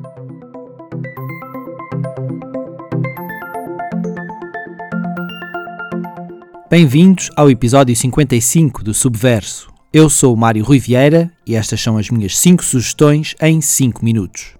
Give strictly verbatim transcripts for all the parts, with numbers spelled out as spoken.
Bem-vindos ao episódio cinquenta e cinco do Subverso. Eu sou o Mário Rui Vieira e estas são as minhas cinco sugestões em cinco minutos.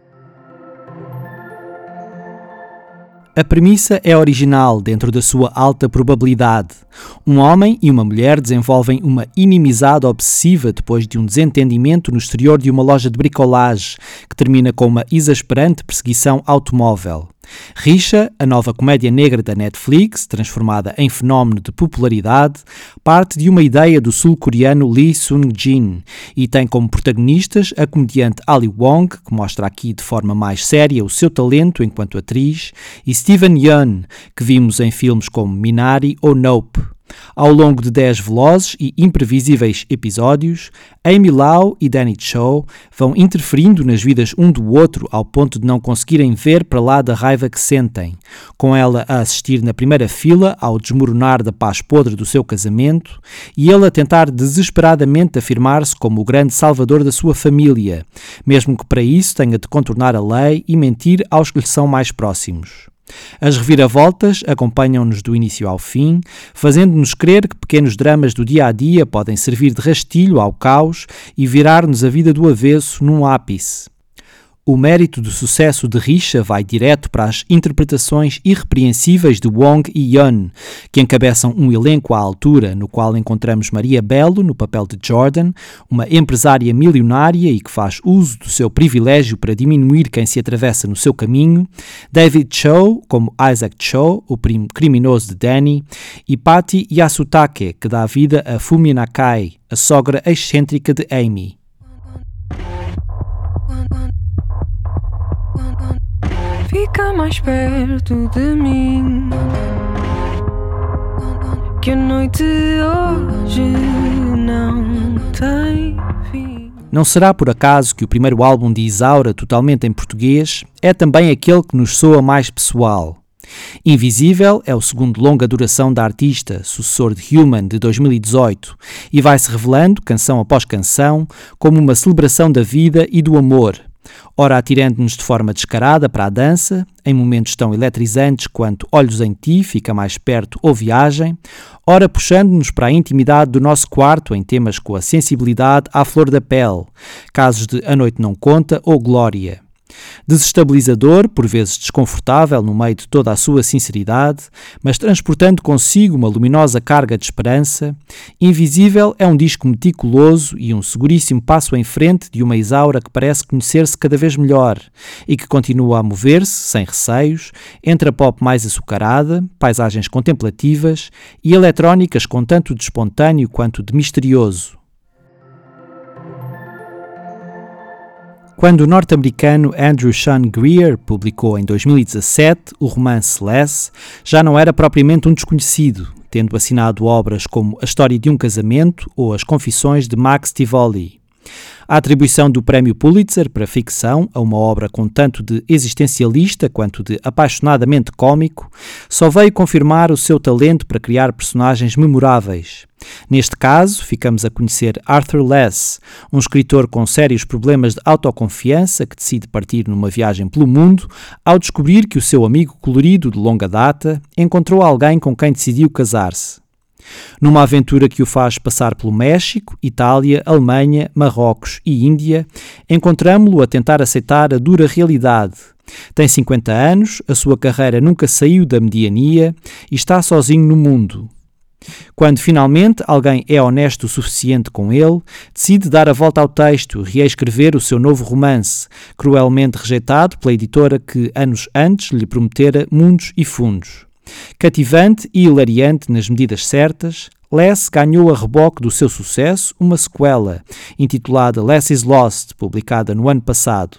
A premissa é original dentro da sua alta probabilidade. Um homem e uma mulher desenvolvem uma inimizade obsessiva depois de um desentendimento no exterior de uma loja de bricolagem que termina com uma exasperante perseguição automóvel. Richa, a nova comédia negra da Netflix, transformada em fenómeno de popularidade, parte de uma ideia do sul-coreano Lee Sung-jin e tem como protagonistas a comediante Ali Wong, que mostra aqui de forma mais séria o seu talento enquanto atriz, e Steven Yeun, que vimos em filmes como Minari ou Nope. Ao longo de dez velozes e imprevisíveis episódios, Amy Lau e Danny Cho vão interferindo nas vidas um do outro ao ponto de não conseguirem ver para lá da raiva que sentem, com ela a assistir na primeira fila ao desmoronar da paz podre do seu casamento e ele a tentar desesperadamente afirmar-se como o grande salvador da sua família, mesmo que para isso tenha de contornar a lei e mentir aos que lhe são mais próximos. As reviravoltas acompanham-nos do início ao fim, fazendo-nos crer que pequenos dramas do dia-a-dia podem servir de rastilho ao caos e virar-nos a vida do avesso num ápice. O mérito do sucesso de Richa vai direto para as interpretações irrepreensíveis de Wong e Yeun, que encabeçam um elenco à altura, no qual encontramos Maria Bello no papel de Jordan, uma empresária milionária e que faz uso do seu privilégio para diminuir quem se atravessa no seu caminho, David Cho como Isaac Cho, o primo criminoso de Danny, e Patty Yasutake, que dá vida a Fumi Nakai, a sogra excêntrica de Amy. Fica mais perto de mim, que a noite hoje não tem fim. Não será por acaso que o primeiro álbum de Isaura, totalmente em português, é também aquele que nos soa mais pessoal. Invisível é o segundo longa duração da artista, sucessor de Human, de dois mil e dezoito, e vai-se revelando, canção após canção, como uma celebração da vida e do amor, ora atirando-nos de forma descarada para a dança, em momentos tão eletrizantes quanto Olhos em Ti, Fica Mais Perto ou Viagem, ora puxando-nos para a intimidade do nosso quarto em temas com a sensibilidade à flor da pele, casos de A Noite Não Conta ou Glória. Desestabilizador, por vezes desconfortável no meio de toda a sua sinceridade, mas transportando consigo uma luminosa carga de esperança, Invisível é um disco meticuloso e um seguríssimo passo em frente de uma Isaura que parece conhecer-se cada vez melhor e que continua a mover-se, sem receios, entre a pop mais açucarada, paisagens contemplativas e eletrónicas com tanto de espontâneo quanto de misterioso. Quando o norte-americano Andrew Sean Greer publicou em dois mil e dezassete o romance Less, já não era propriamente um desconhecido, tendo assinado obras como A História de um Casamento ou As Confissões de Max Tivoli. A atribuição do Prémio Pulitzer para ficção a uma obra com tanto de existencialista quanto de apaixonadamente cômico só veio confirmar o seu talento para criar personagens memoráveis. Neste caso, ficamos a conhecer Arthur Less, um escritor com sérios problemas de autoconfiança que decide partir numa viagem pelo mundo ao descobrir que o seu amigo colorido de longa data encontrou alguém com quem decidiu casar-se. Numa aventura que o faz passar pelo México, Itália, Alemanha, Marrocos e Índia, encontramo-lo a tentar aceitar a dura realidade. Tem cinquenta anos, a sua carreira nunca saiu da mediania e está sozinho no mundo. Quando finalmente alguém é honesto o suficiente com ele, decide dar a volta ao texto e reescrever o seu novo romance, cruelmente rejeitado pela editora que anos antes lhe prometera mundos e fundos. Cativante e hilariante nas medidas certas, Less ganhou a reboque do seu sucesso uma sequela, intitulada Less is Lost, publicada no ano passado.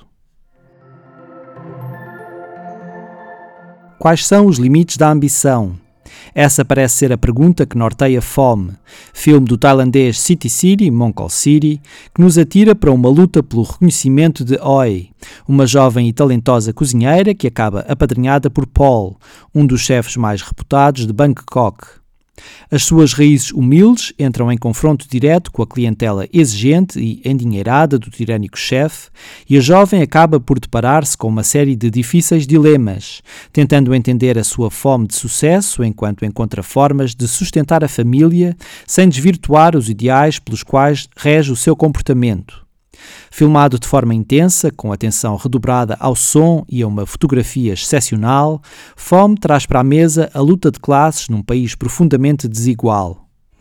Quais são os limites da ambição? Essa parece ser a pergunta que norteia Fome, filme do tailandês City City, Mongkol City, que nos atira para uma luta pelo reconhecimento de Oi, uma jovem e talentosa cozinheira que acaba apadrinhada por Paul, um dos chefes mais reputados de Bangkok. As suas raízes humildes entram em confronto direto com a clientela exigente e endinheirada do tirânico chefe, e a jovem acaba por deparar-se com uma série de difíceis dilemas, tentando entender a sua fome de sucesso enquanto encontra formas de sustentar a família sem desvirtuar os ideais pelos quais rege o seu comportamento. Filmado de forma intensa, com atenção redobrada ao som e a uma fotografia excepcional, Fome traz para a mesa a luta de classes num país profundamente desigual.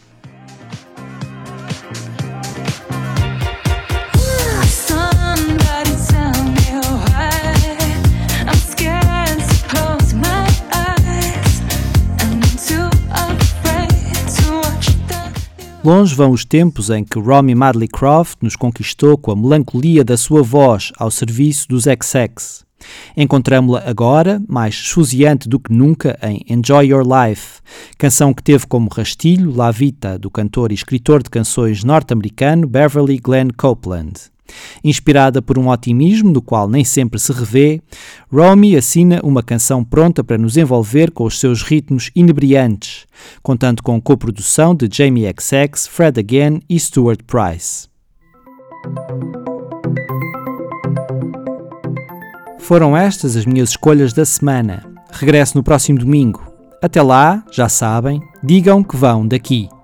Longe vão os tempos em que Romy Madley Croft nos conquistou com a melancolia da sua voz ao serviço dos X X. Encontramo-la agora, mais esfuziante do que nunca, em Enjoy Your Life, canção que teve como rastilho La Vita do cantor e escritor de canções norte-americano Beverly Glenn Copeland. Inspirada por um otimismo do qual nem sempre se revê, Romy assina uma canção pronta para nos envolver com os seus ritmos inebriantes, contando com coprodução de Jamie X X, Fred Again e Stuart Price. Foram estas as minhas escolhas da semana. Regresso no próximo domingo. Até lá, já sabem, digam que vão daqui.